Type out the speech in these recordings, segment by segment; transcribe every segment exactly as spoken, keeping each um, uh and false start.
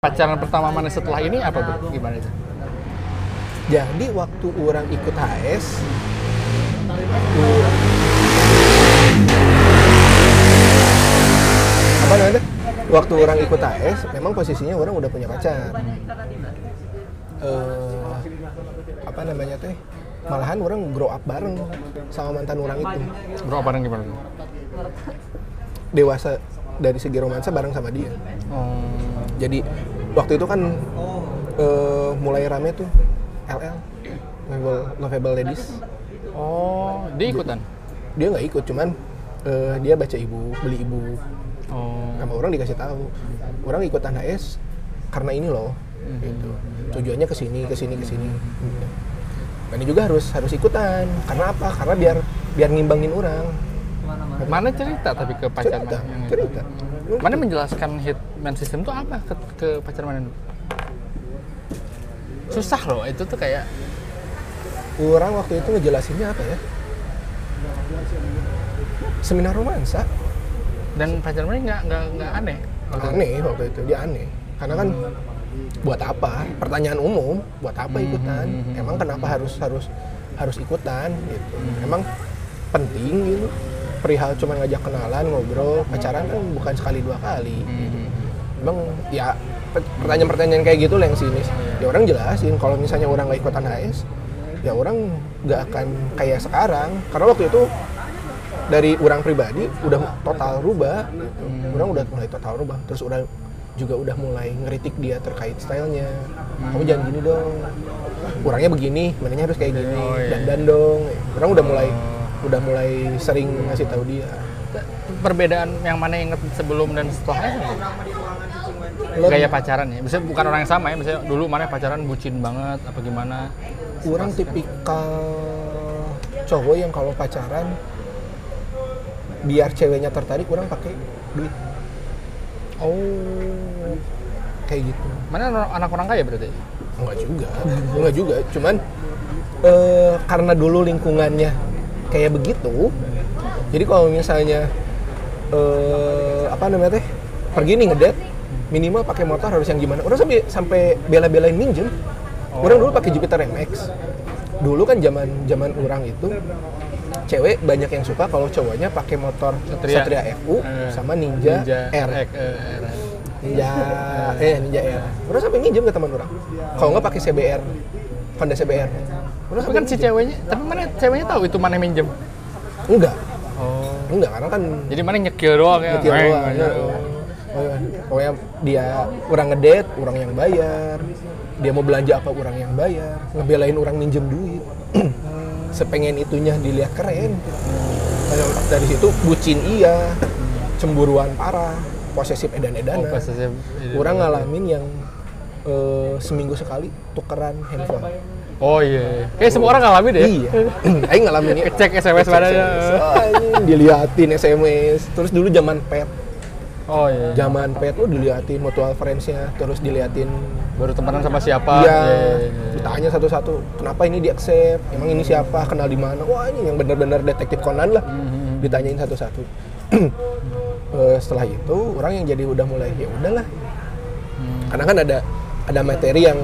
pacaran pertama mana setelah ini apa bro? Gimana itu? Jadi waktu orang ikut H S, apa namanya? Waktu orang ikut H S, memang posisinya orang udah punya pacar. Uh, apa namanya teh? Malahan orang grow up bareng sama mantan orang itu. Grow up bareng gimana? Dewasa dari segi romansa bareng sama dia. Hmm. Jadi waktu itu kan uh, mulai rame tuh L L, Lovable, Lovable Ladies. Oh, dia ikutan? Dia nggak ikut, cuman uh, dia baca ibu, beli ibu. Oh. Sama orang dikasih tahu, orang ikutan H S karena ini loh, mm-hmm. gitu. Tujuannya ke sini, ke sini, ke sini. Gitu. Dan ini juga harus harus ikutan. Karena apa? Karena biar biar ngimbangin orang. Mana cerita tapi ke pacar cerita, mana? Cerita. Mana menjelaskan hitman system itu apa ke, ke pacar mana? Susah loh, itu tuh kayak orang waktu itu ngejelasinnya apa ya? Seminar romansa. Dan pacar mana nggak nggak nggak aneh? Aneh waktu itu, dia aneh. Karena kan buat apa? Pertanyaan umum, buat apa ikutan? Hmm. Emang kenapa harus harus harus ikutan gitu? Hmm. Emang penting gitu? Perihal cuma ngajak kenalan, ngobrol, pacaran kan bukan sekali dua kali. Hmm. Gitu. Emang ya pertanyaan-pertanyaan kayak gitu lah yang sinis. Ya orang jelasin kalau misalnya orang nggak ikutan H S, ya orang nggak akan kayak sekarang. Karena waktu itu dari orang pribadi udah total rubah, gitu. hmm. orang udah mulai total rubah. Terus udah juga udah mulai ngeritik dia terkait stylenya. Hmm. Kamu jangan gini dong. Orangnya begini, mananya harus kayak gini. Oh, iya. Dandan dong. Orang udah mulai oh. udah mulai sering ngasih tahu dia. Perbedaan yang mana inget sebelum dan setelahnya? Gaya pacaran ya, misalnya bukan orang yang sama ya, misalnya dulu mana pacaran bucin banget apa gimana? Orang tipikal cowok yang kalau pacaran biar ceweknya tertarik, orang pakai duit. Oh, kayak gitu. Mana anak orang kaya berarti? Enggak juga, enggak juga. Cuman uh, karena dulu lingkungannya kayak begitu, jadi kalau misalnya uh, apa namanya teh pergi nih ngedate, minimal pakai motor harus yang gimana. Orang sampai sampai bela-belain minjem. Oh. Orang dulu pakai Jupiter M X. Dulu kan zaman zaman orang itu cewek banyak yang suka kalau cowoknya pakai motor Satria, Satria F U uh, sama Ninja, Ninja R. X, uh, Ninja eh Ninja R. Orang sampai minjem ke teman orang. Kalau nggak pakai C B R, Honda C B R. Orang tapi kan si ceweknya, tapi mana ceweknya tahu itu mana minjem? Enggak. Oh. Enggak, karena kan jadi mana nyekil doang ya. Nyekil doang. Ya. Oh, ya. Pokoknya dia orang ngedate, orang yang bayar. Dia mau belanja apa, orang yang bayar. Ngebelain orang minjem duit. Sepengen itunya dilihat keren. Dari situ bucin iya, cemburuan parah, posesif edan-edanan. Oh, posesif edan-edanan. Orang ngalamin yang uh, seminggu sekali tukeran handphone. Oh iya, kayak semua orang ngalamin deh. Iya, aing ngalamin ya. Cek S M S padanya. Oh, diliatin S M S. Terus dulu zaman pet. Oh iya. Zaman pet tuh diliatin mutual friends-nya, terus diliatin baru temenan sama siapa. Iya. Yeah, yeah, yeah. Ditanya satu-satu, kenapa ini di-accept? Emang ini siapa? Kenal di mana? Wah, ini yang benar-benar detektif Conan lah. Mm-hmm. Ditanyain satu-satu. uh, setelah itu orang yang jadi udah mulai ya udahlah. Hmm. Karena kan ada ada materi yang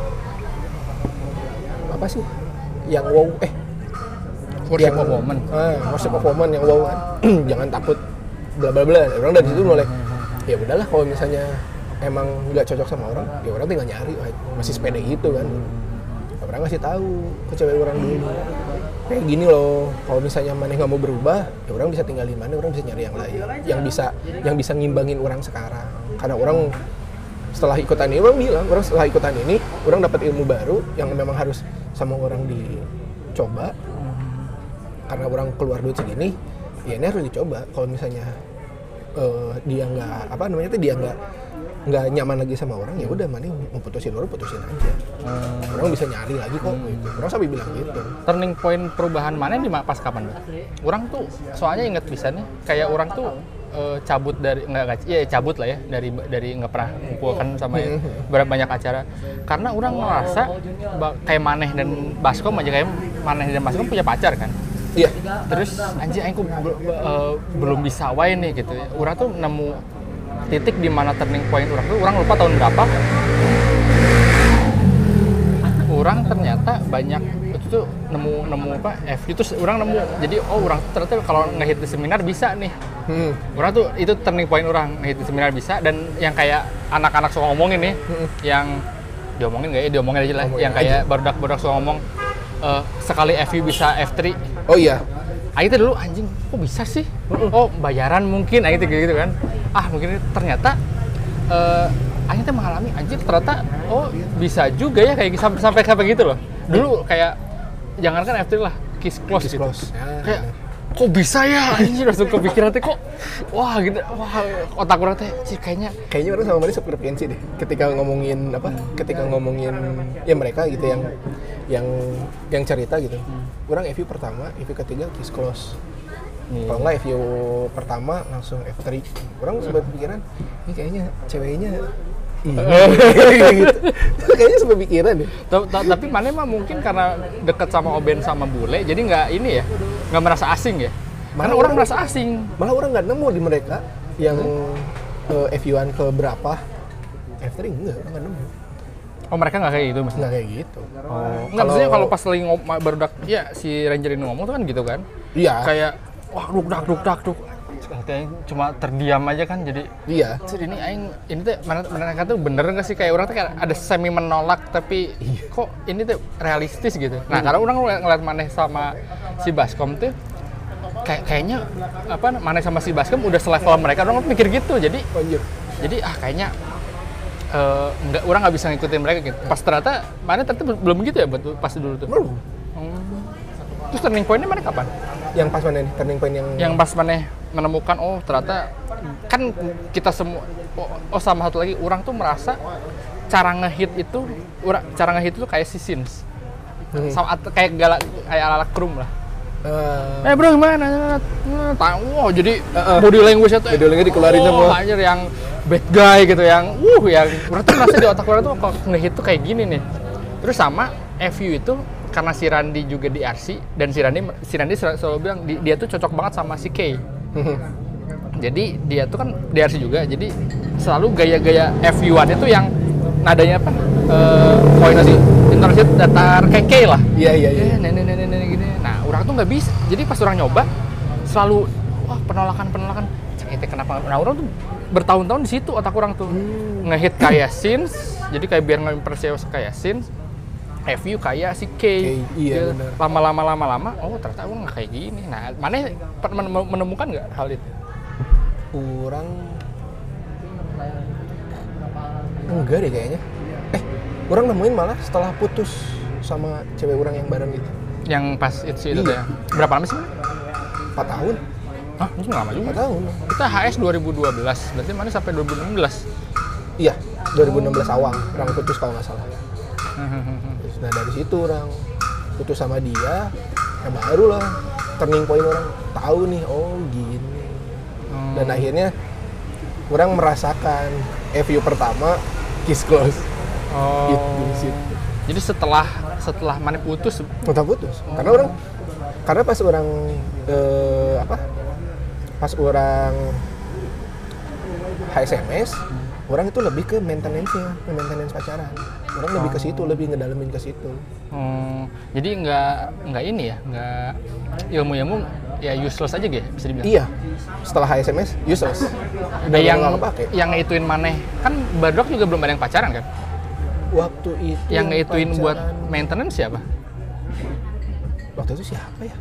apa sih? Yang wow eh worship of woman. Ah, worship of woman yang wow kan. Jangan takut bla bla bla. Orang dari situ mulai ya udahlah kalau misalnya emang nggak cocok sama orang, ya orang tinggal nyari, masih sepede gitu kan. Orang ngasih tahu ke cewek orang dulu, kayak gini loh, kalau misalnya maneh nggak mau berubah, ya orang bisa tinggalin mana, orang bisa nyari yang lain, yang bisa yang bisa ngimbangin orang sekarang. Karena orang setelah ikutan ini, orang bilang, orang setelah ikutan ini, orang dapat ilmu baru yang memang harus sama orang dicoba. Karena orang keluar duit segini, ya ini harus dicoba. Kalau misalnya uh, dia nggak apa namanya itu dia nggak nggak nyaman lagi sama orang, ya udah mana mau putusin orang putusin aja. Hmm. Orang bisa nyari lagi kok. Hmm. Gitu. Orang sampai bilang gitu. Turning point perubahan mana di pas kapan, Mbak? Orang tuh soalnya inget pisannya kayak orang tuh uh, cabut dari nggak ya cabut lah ya dari dari nggak pernah kumpulkan sama ya, berapa banyak acara. Karena orang ngerasa kayak Maneh dan Baskom aja kayak Maneh dan Baskom punya pacar kan. Iya. Terus anjir aku uh, belum bisa wae nih gitu. Orang tuh nemu titik di mana turning point orang tuh, orang lupa tahun berapa. Orang ternyata banyak itu tuh nemu nemu apa F U terus orang nemu jadi oh orang ternyata kalau ngehit di seminar bisa nih. Hmm. Orang tuh itu turning point orang ngehit di seminar bisa dan yang kayak anak-anak suka ngomongin nih, hmm. yang diomongin nggak ya diomongin aja lah, ngomongin yang kayak barudak-barudak suka ngomong uh, sekali F U bisa F tiga. Oh iya. Aing tuh dulu anjing kok bisa sih? Oh bayaran mungkin Aing tuh gitu kan. Ah mungkin ternyata uh, Aing tuh mengalami anjir ternyata oh bisa juga ya kayak sampai sampai sampai gitu loh. Dulu kayak jangankan F tiga lah, kiss close kiss gitu. Close. Ya, kayak ya. Kok bisa ya? Anjir langsung kepikiran teh kok wah gitu. Wah otak orang teh sih kayaknya kayaknya orang sama Mari sefrekuensi deh. Ketika ngomongin apa? Ketika ngomongin ya mereka gitu yang yang yang cerita gitu. Hmm. Orang F U pertama, F U ketiga kiss close. Hmm. Kalau nggak F U pertama langsung F tiga. Orang sempat pikiran ini kayaknya ceweknya iya gitu. Kayaknya sampai pikiran deh. Tapi mana mah mungkin karena dekat sama Oben sama Bule, jadi nggak ini ya, nggak merasa asing ya. Karena orang, orang merasa asing. Malah orang nggak nemu di mereka yang hmm. uh, F U-an ke berapa F tiga enggak, nggak nemu. Oh mereka nggak kayak gitu maksudnya? Nggak kayak gitu. Oh. Nggak maksudnya kalau pas lagi ngom- barudak, ya si Ranger ini ngomong tuh kan gitu kan? Iya. Kayak wah duk dak duk dak duk. Kayaknya cuma terdiam aja kan jadi iya ini aing ini tuh mana mereka tuh bener nggak sih kayak orang tuh kayak ada semi menolak tapi iya. Kok ini tuh realistis gitu nah hmm. Karena orang ngeliat Maneh sama si Baskom tuh kayak kayaknya apa Maneh sama si Baskom udah selevel mereka orang mikir gitu jadi Anjir. Jadi ah kayaknya uh, nggak orang nggak bisa ngikutin mereka gitu pas ternyata Maneh ternyata belum gitu ya betul pas dulu tuh belum hmm. Terus turning point-nya Maneh kapan? Yang pas mana nih turning point yang yang pas Maneh menemukan oh ternyata kan kita semua oh, oh sama satu lagi orang tuh merasa cara ngehit itu cara ngehit itu kayak si Sins hmm. sama kayak galak kayak ala-ala Krum lah uh. eh bro gimana tahu wow jadi uh, uh. body language itu body language dikeluarin oh, semua anjir yang bad guy gitu yang uh yang berarti merasa di otak orang tuh kok ngehit tuh kayak gini nih terus sama F U itu karena si Randy juga di R C dan si Randy si Randy selalu, selalu bilang di, dia tuh cocok banget sama si K. Jadi dia tuh kan di R C juga, jadi selalu gaya-gaya F U-an itu yang nadanya apa? Eh, koordinasi intonasi datar kayak K lah. Iya iya iya. Nenek nenek nenek gini. Nah, orang tuh nggak bisa. Jadi pas orang nyoba selalu wah penolakan penolakan. Cek kenapa? Nah, orang tuh bertahun-tahun di situ otak orang tuh hmm. ngehit kayak Sins, jadi kayak biar nge-impress kayak Sins. F U kayak si K, K iya benar. Lama-lama lama-lama, oh ternyata gue nggak kayak gini. Nah, mana menemukan nggak hal itu? Kurang enggak deh kayaknya. Eh, orang nemuin malah setelah putus sama cewek orang yang bareng itu. Yang pas itu itu iya. Ya. Berapa lama sih? empat tahun. Hah, itu lama juga. empat tahun. Kita H S dua ribu dua belas, berarti mana sampai dua ribu enam belas? Iya, dua ribu enam belas awal orang putus kalau nggak salah. Nah dari situ orang putus sama dia, ya baru lah turning point orang tahu nih, oh gini. Hmm. Dan akhirnya orang merasakan F U pertama kiss close. Oh. Gitu, gitu. Jadi setelah setelah mana putus? Setelah putus. Oh. Karena orang karena pas orang eh, apa? Pas orang H S M S, hmm. orang itu lebih ke maintenance-nya, ke maintenance pacaran. Orang oh. lebih ke situ, lebih ngedalamin ke situ. Hmm, jadi nggak nggak ini ya, nggak ilmu-ilmu ya useless aja gitu, bisa dibilang. Iya. Setelah H S M S useless. Udah yang yang ngituin Maneh kan barudak juga belum ada yang pacaran kan? Waktu itu yang ngituin buat maintenance siapa? Waktu itu siapa ya?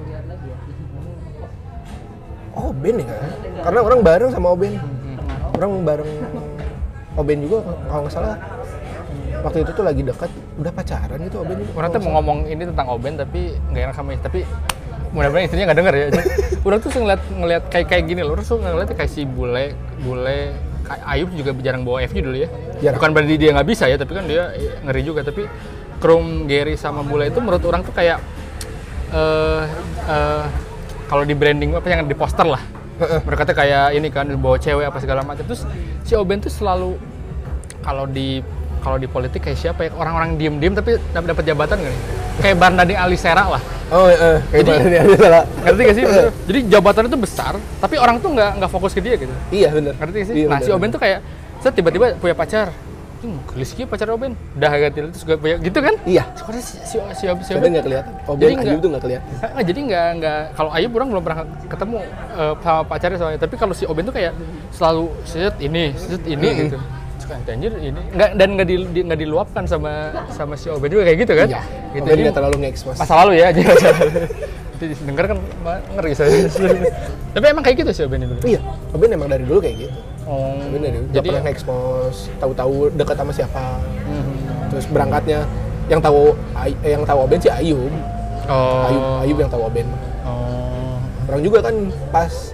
Oh Ben ya kan? Karena orang bareng sama Oben. Hmm. Orang bareng Oben juga kalau nggak salah. Waktu itu tuh lagi dekat, udah pacaran gitu Oben juga. Orang tuh mau ngomong ini tentang Oben tapi nggak enak sama tapi mudah-mudahan istrinya nggak denger ya. Orang tuh ngeliat ngeliat kayak kayak gini loh, orang tuh ngeliat kayak si Bule, Bule, Ayub juga jarang bawa F U dulu ya. Jarang. Bukan berarti dia nggak bisa ya, tapi kan dia ngeri juga. Tapi Krum, Gary sama Bule itu menurut orang tuh kayak uh, uh, kalau di branding apa yang di poster lah. Mereka tuh kayak ini kan bawa cewek apa segala macam. Terus si Oben tuh selalu kalau di kalau di politik kayak siapa ya orang-orang diem-diem tapi dapat jabatan nggak nih? kayak Bardani Alisera lah. Oh, eh, kayak Jadi- Bardani Alisera. Ngerti gak sih? Jadi jabatan itu besar, tapi orang tuh nggak nggak fokus ke dia gitu. Iya bener. Ngerti gak sih? Iya, Nah bener. si Oben tuh kayak, saya tiba-tiba punya pacar. Hmm, gelis gitu pacar Oben. Dah ganti terus gue punya gitu kan? Iya. Sebenarnya si si si, si Tapi Oben nggak kelihatan. Oben Jadi Ayub nggak- tuh nggak kelihatan. Nggak, jadi nggak nggak kalau Ayub orang belum pernah ketemu eh, sama pacarnya soalnya. Tapi kalau si Oben tuh kayak selalu set ini, set ini Mm-hmm. gitu. Suka anjir ini nggak dan nggak di, di- nggak diluapkan sama sama si Oben juga kayak gitu kan? Iya. Gitu. Oben Jadi nggak terlalu nge-expose. masa lalu ya. Jadi Jadi denger kan ma- ngeri saya. Tapi emang kayak gitu si Oben itu. Iya. Oben emang dari dulu kayak gitu. Oh. Oben dari dulu. Nggak Jadi pernah nge-expose. Tahu-tahu dekat sama siapa. Mhm. Terus berangkatnya yang tahu Ay- eh, yang tahu Oben sih Ayub. Oh. Ayub Ayub yang tahu Oben. Oh. Orang juga kan pas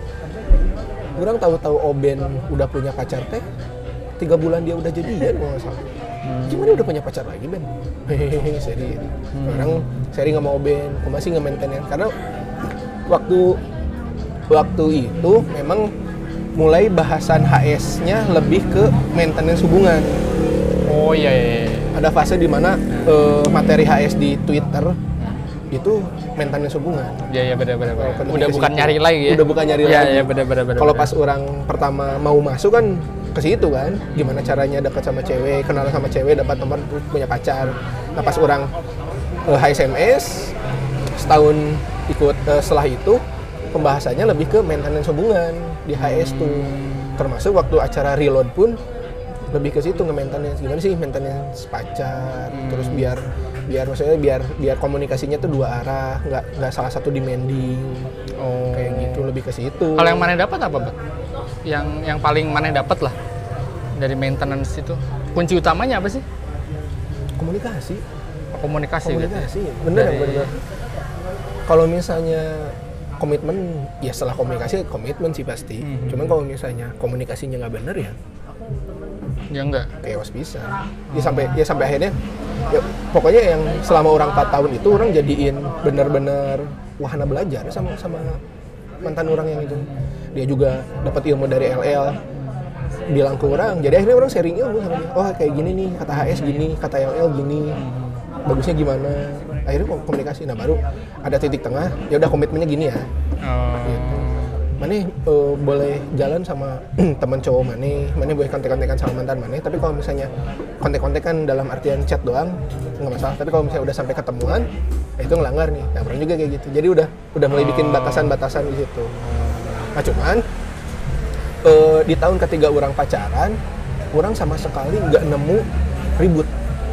orang tahu-tahu Oben udah punya pacar teh tiga bulan dia udah jadian kalau nggak salah. Gimana udah punya pacar lagi Ben? Hehehe, seri. Orang seri nggak mau Ben, aku masih nge-maintain karena waktu waktu itu memang mulai bahasan H S-nya lebih ke maintenance hubungan. Oh iya iya. iya. Ada fase di mana eh, materi H S di Twitter itu maintenance hubungan. Iya iya benar benar. benar. Kalau Udah ke bukan situ. nyari lagi ya. Udah bukan nyari Iya lagi. iya benar benar benar. Kalau benar. pas orang pertama mau masuk kan ke situ kan, gimana caranya dekat sama cewek, kenalan sama cewek, dapat nomor terus punya pacar. Nah pas orang eh, H S M S setahun ikut eh, setelah itu pembahasannya lebih ke maintenance hubungan di H S tuh. Termasuk waktu acara reload pun lebih ke situ nge-maintenance gimana sih maintenance pacar, terus biar biar maksudnya biar biar komunikasinya tuh dua arah, nggak nggak salah satu demanding. Oh. Kayak gitu lebih ke situ. Kalau yang mana dapat apa, Bang? Yang yang paling mana dapat lah dari maintenance itu. Kunci utamanya apa sih? Komunikasi. Komunikasi, Komunikasi. gitu. Bener Dari- bener. Kalau misalnya komitmen, ya setelah komunikasi komitmen sih pasti. Mhm. Cuman kalau misalnya komunikasinya nggak bener ya Ya enggak. chaos bisa. Ya sampai ya sampai akhirnya ya pokoknya yang selama orang empat tahun itu orang jadiin bener-bener wahana belajar sama sama mantan orang yang itu. Dia juga dapat ilmu dari L L, bilang ke orang. Jadi akhirnya orang sharing ilmu sama dia. Oh kayak gini nih, kata H S gini, kata L L gini. Bagusnya gimana? Akhirnya komunikasi. Nah baru ada titik tengah. Ya udah komitmennya gini ya. Oh. Gitu. Maneh eh, boleh jalan sama teman cowok Maneh, Maneh boleh kontek-kontekan sama mantan Maneh. Tapi kalau misalnya kontek-kontekan dalam artian chat doang nggak masalah. Tapi kalau misalnya udah sampai ketemuan, ya itu ngelanggar nih. Nah orang juga kayak gitu. Jadi udah udah mulai bikin batasan-batasan di situ. Nah cuman eh, di tahun ketiga orang pacaran, orang sama sekali nggak nemu ribut,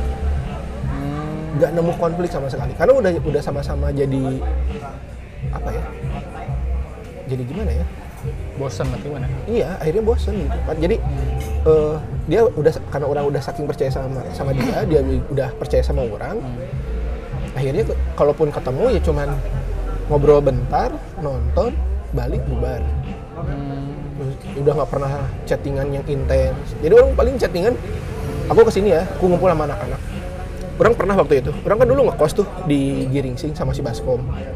nggak nemu konflik sama sekali. Karena udah udah sama-sama jadi apa ya? Jadi gimana ya? Bosan atau gimana? Iya, akhirnya bosen gitu kan. Jadi eh, dia udah karena orang udah saking percaya sama sama dia, dia udah percaya sama orang. Akhirnya ke- kalaupun ketemu ya cuman ngobrol bentar, nonton, balik bubar. Terus udah nggak pernah chattingan yang intens. Jadi orang paling chattingan, aku kesini ya, aku ngumpul sama anak-anak. Orang pernah waktu itu, orang kan dulu ngekos tuh di Giringsing sama si Baskom.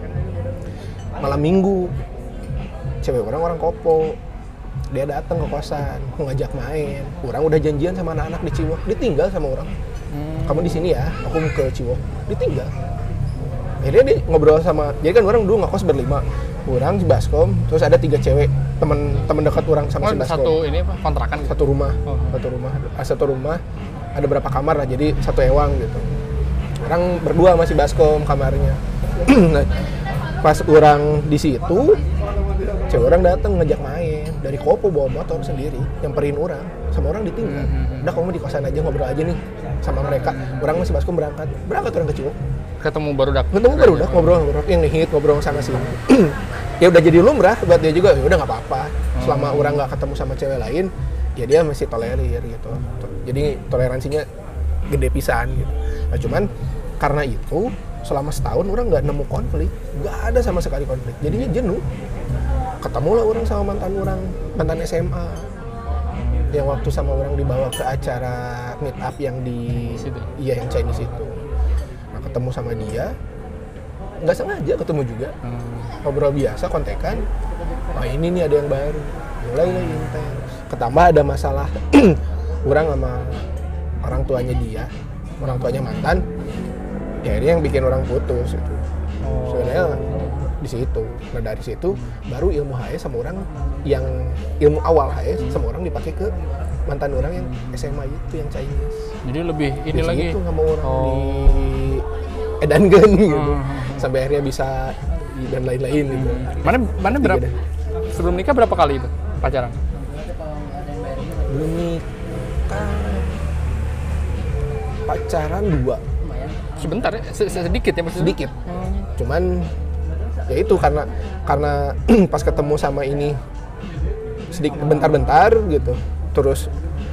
Malam minggu, cewek orang orang kopo, dia datang ke kosan, mau ngajak main. Orang udah janjian sama anak-anak di Ciwok, ditinggal sama orang. Kamu di sini ya, aku mau ke Ciwok, ditinggal. Akhirnya dia ngobrol sama, jadi kan orang dulu ngekos berlima, orang si Baskom, terus ada tiga cewek, temen temen dekat orang sama Oh, si Baskom. satu ini apa? Kontrakan gitu. Satu rumah, Oh. satu rumah, ah, satu rumah, ada berapa kamar lah, jadi satu ewang gitu. Orang berdua masih Baskom kamarnya. Nah, pas orang di situ, cewek orang datang ngajak main dari Kopo bawa motor sendiri, nyamperin orang, sama orang ditinggal. Udah kamu di kosan aja ngobrol aja nih sama mereka. Orang masih Baskom berangkat, berangkat orang ke Ciwok. Ketemu baru dak. Ketemu baru udah ngobrol-ngobrol, yang ngehit ngobrol sana sini. Ya udah jadi lumrah buat dia juga, ya udah nggak apa-apa. Selama orang nggak ketemu sama cewek lain, ya dia masih tolerir gitu. Jadi toleransinya gede pisan gitu. Nah cuman karena itu selama setahun orang nggak nemu konflik, nggak ada sama sekali konflik. Jadinya jenuh. Ketemulah orang sama mantan orang, mantan S M A. Yang waktu sama orang dibawa ke acara meet up yang di Situ. iya yang Chinese itu. Nah, ketemu sama dia, nggak sengaja ketemu juga. Ngobrol biasa, kontekan. Wah ini nih ada yang baru. Mulai lah intens. Ketambah ada masalah orang sama orang tuanya dia, orang tuanya mantan. ya akhirnya yang bikin orang putus itu Oh. sebenarnya di situ. Nah dari situ baru ilmu H S sama orang yang ilmu awal H S sama orang dipakai ke mantan orang yang S M A itu yang Chinese. Jadi lebih ini Di lagi. situ nggak mau orang Oh. di edankan gitu Hmm. sampai akhirnya bisa dan lain-lain gitu. Mana mana berapa? Tiga dah. Sebelum nikah berapa kali itu pacaran? Belum nikah pacaran dua Sebentar ya, se- se- sedikit ya maksudnya. sedikit. Cuman ya itu karena karena pas ketemu sama ini sedikit bentar-bentar gitu. Terus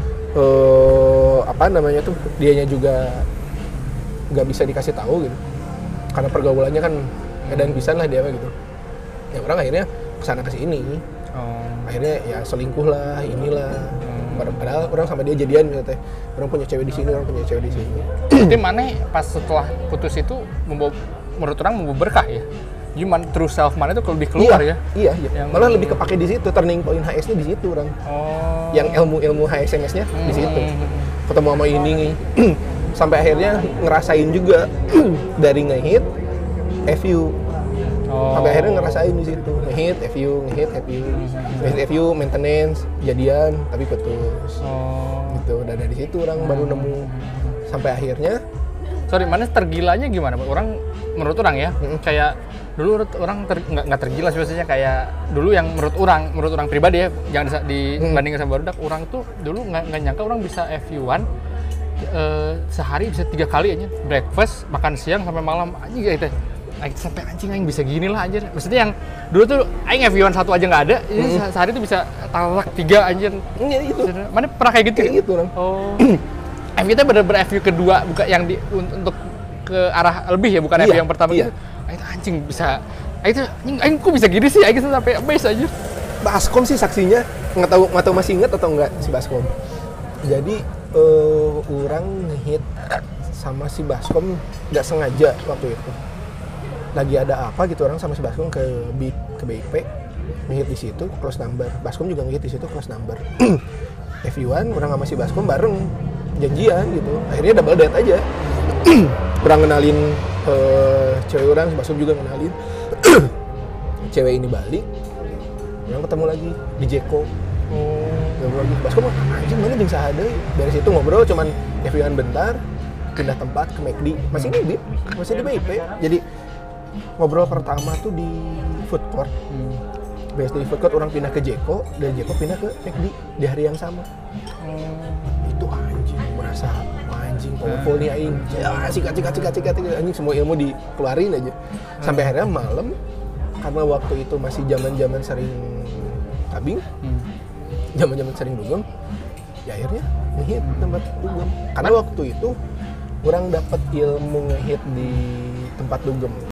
eh, apa namanya tuh dianya juga nggak bisa dikasih tahu gitu. Karena pergaulannya kan edan pisan lah dia mah gitu. Ya orang akhirnya kesana kesini. Oh. Akhirnya ya selingkuh lah, inilah. Padahal orang sama dia jadian gitu teh. Orang punya cewek di sini, orang punya cewek di sini. Berarti mana pas setelah putus itu membawa, menurut orang membawa berkah ya? Gimana true self mana itu lebih keluar iya, ya? Iya, iya. Yang- Malah lebih kepake di situ, turning point H S-nya di situ orang. Oh. Yang ilmu-ilmu H S M S-nya di situ. Hmm. Ketemu sama ini nih. Sampai akhirnya ngerasain juga dari nge-hit F U. Oh. Sampai akhirnya ngerasain di situ. Nge-hit F U, nge-hit F U. Nge-hit F U, maintenance, jadian tapi putus. Oh. Gitu. Dan dari situ orang baru nemu sampai akhirnya Sorry, mana tergilanya gimana? Pak? Orang menurut orang ya, Mm-mm. kayak dulu menurut orang ter, nggak nggak tergila sih biasanya kayak dulu yang menurut orang, menurut orang pribadi ya, jangan disa- dibandingkan sama barudak, orang tuh dulu nggak nggak nyangka orang bisa F U one eh, sehari bisa tiga kali aja, breakfast, makan siang sampai malam anjing gitu. Aing sampai anjing aing bisa gini lah anjir. Maksudnya yang dulu tuh aing F U one satu aja nggak ada, ini se- sehari tuh bisa talak tiga anjir. ya itu Mana pernah kayak gitu? kayak gitu orang. Oh. F U-nya bener-bener F U kedua, bukan yang di un- untuk ke arah lebih ya, bukan F U Iya, yang pertama iya. gitu. Ah, itu anjing bisa. Ah, itu anjing, anjing kok bisa gini sih? Anjing sampai base aja. Baskom sih saksinya, nggak tahu nggak tahu masih inget atau enggak si Baskom. Jadi eh, orang ngehit sama si Baskom nggak sengaja waktu itu. Lagi ada apa gitu orang sama si Baskom ke B, ke B I P ngehit di situ close number. Baskom juga ngehit di situ close number. F U one orang sama si Baskom bareng janjian gitu. Akhirnya double date aja. Orang kenalin eh, cewek orang, si Baskom juga kenalin. Cewek ini balik. Orang ketemu lagi di Jeko. Ngobrol lagi. Baskom anjing mana jeung sahade. Dari situ ngobrol cuman F U one bentar, pindah tempat ke McD. Masih di masih di B I P. Jadi ngobrol pertama tuh di food court. Beres dari food court orang pindah ke Jeko, dari Jeko pindah ke McD di hari yang sama. Itu anjing merasa anjing powerful nih aing. Ya sikat sikat sikat sikat anjing semua ilmu dikeluarin aja. Sampai akhirnya malam karena waktu itu masih zaman-zaman sering tabing. Zaman-zaman sering dugem. Ya akhirnya ngehit tempat dugem. Karena waktu itu orang dapat ilmu ngehit di tempat dugem.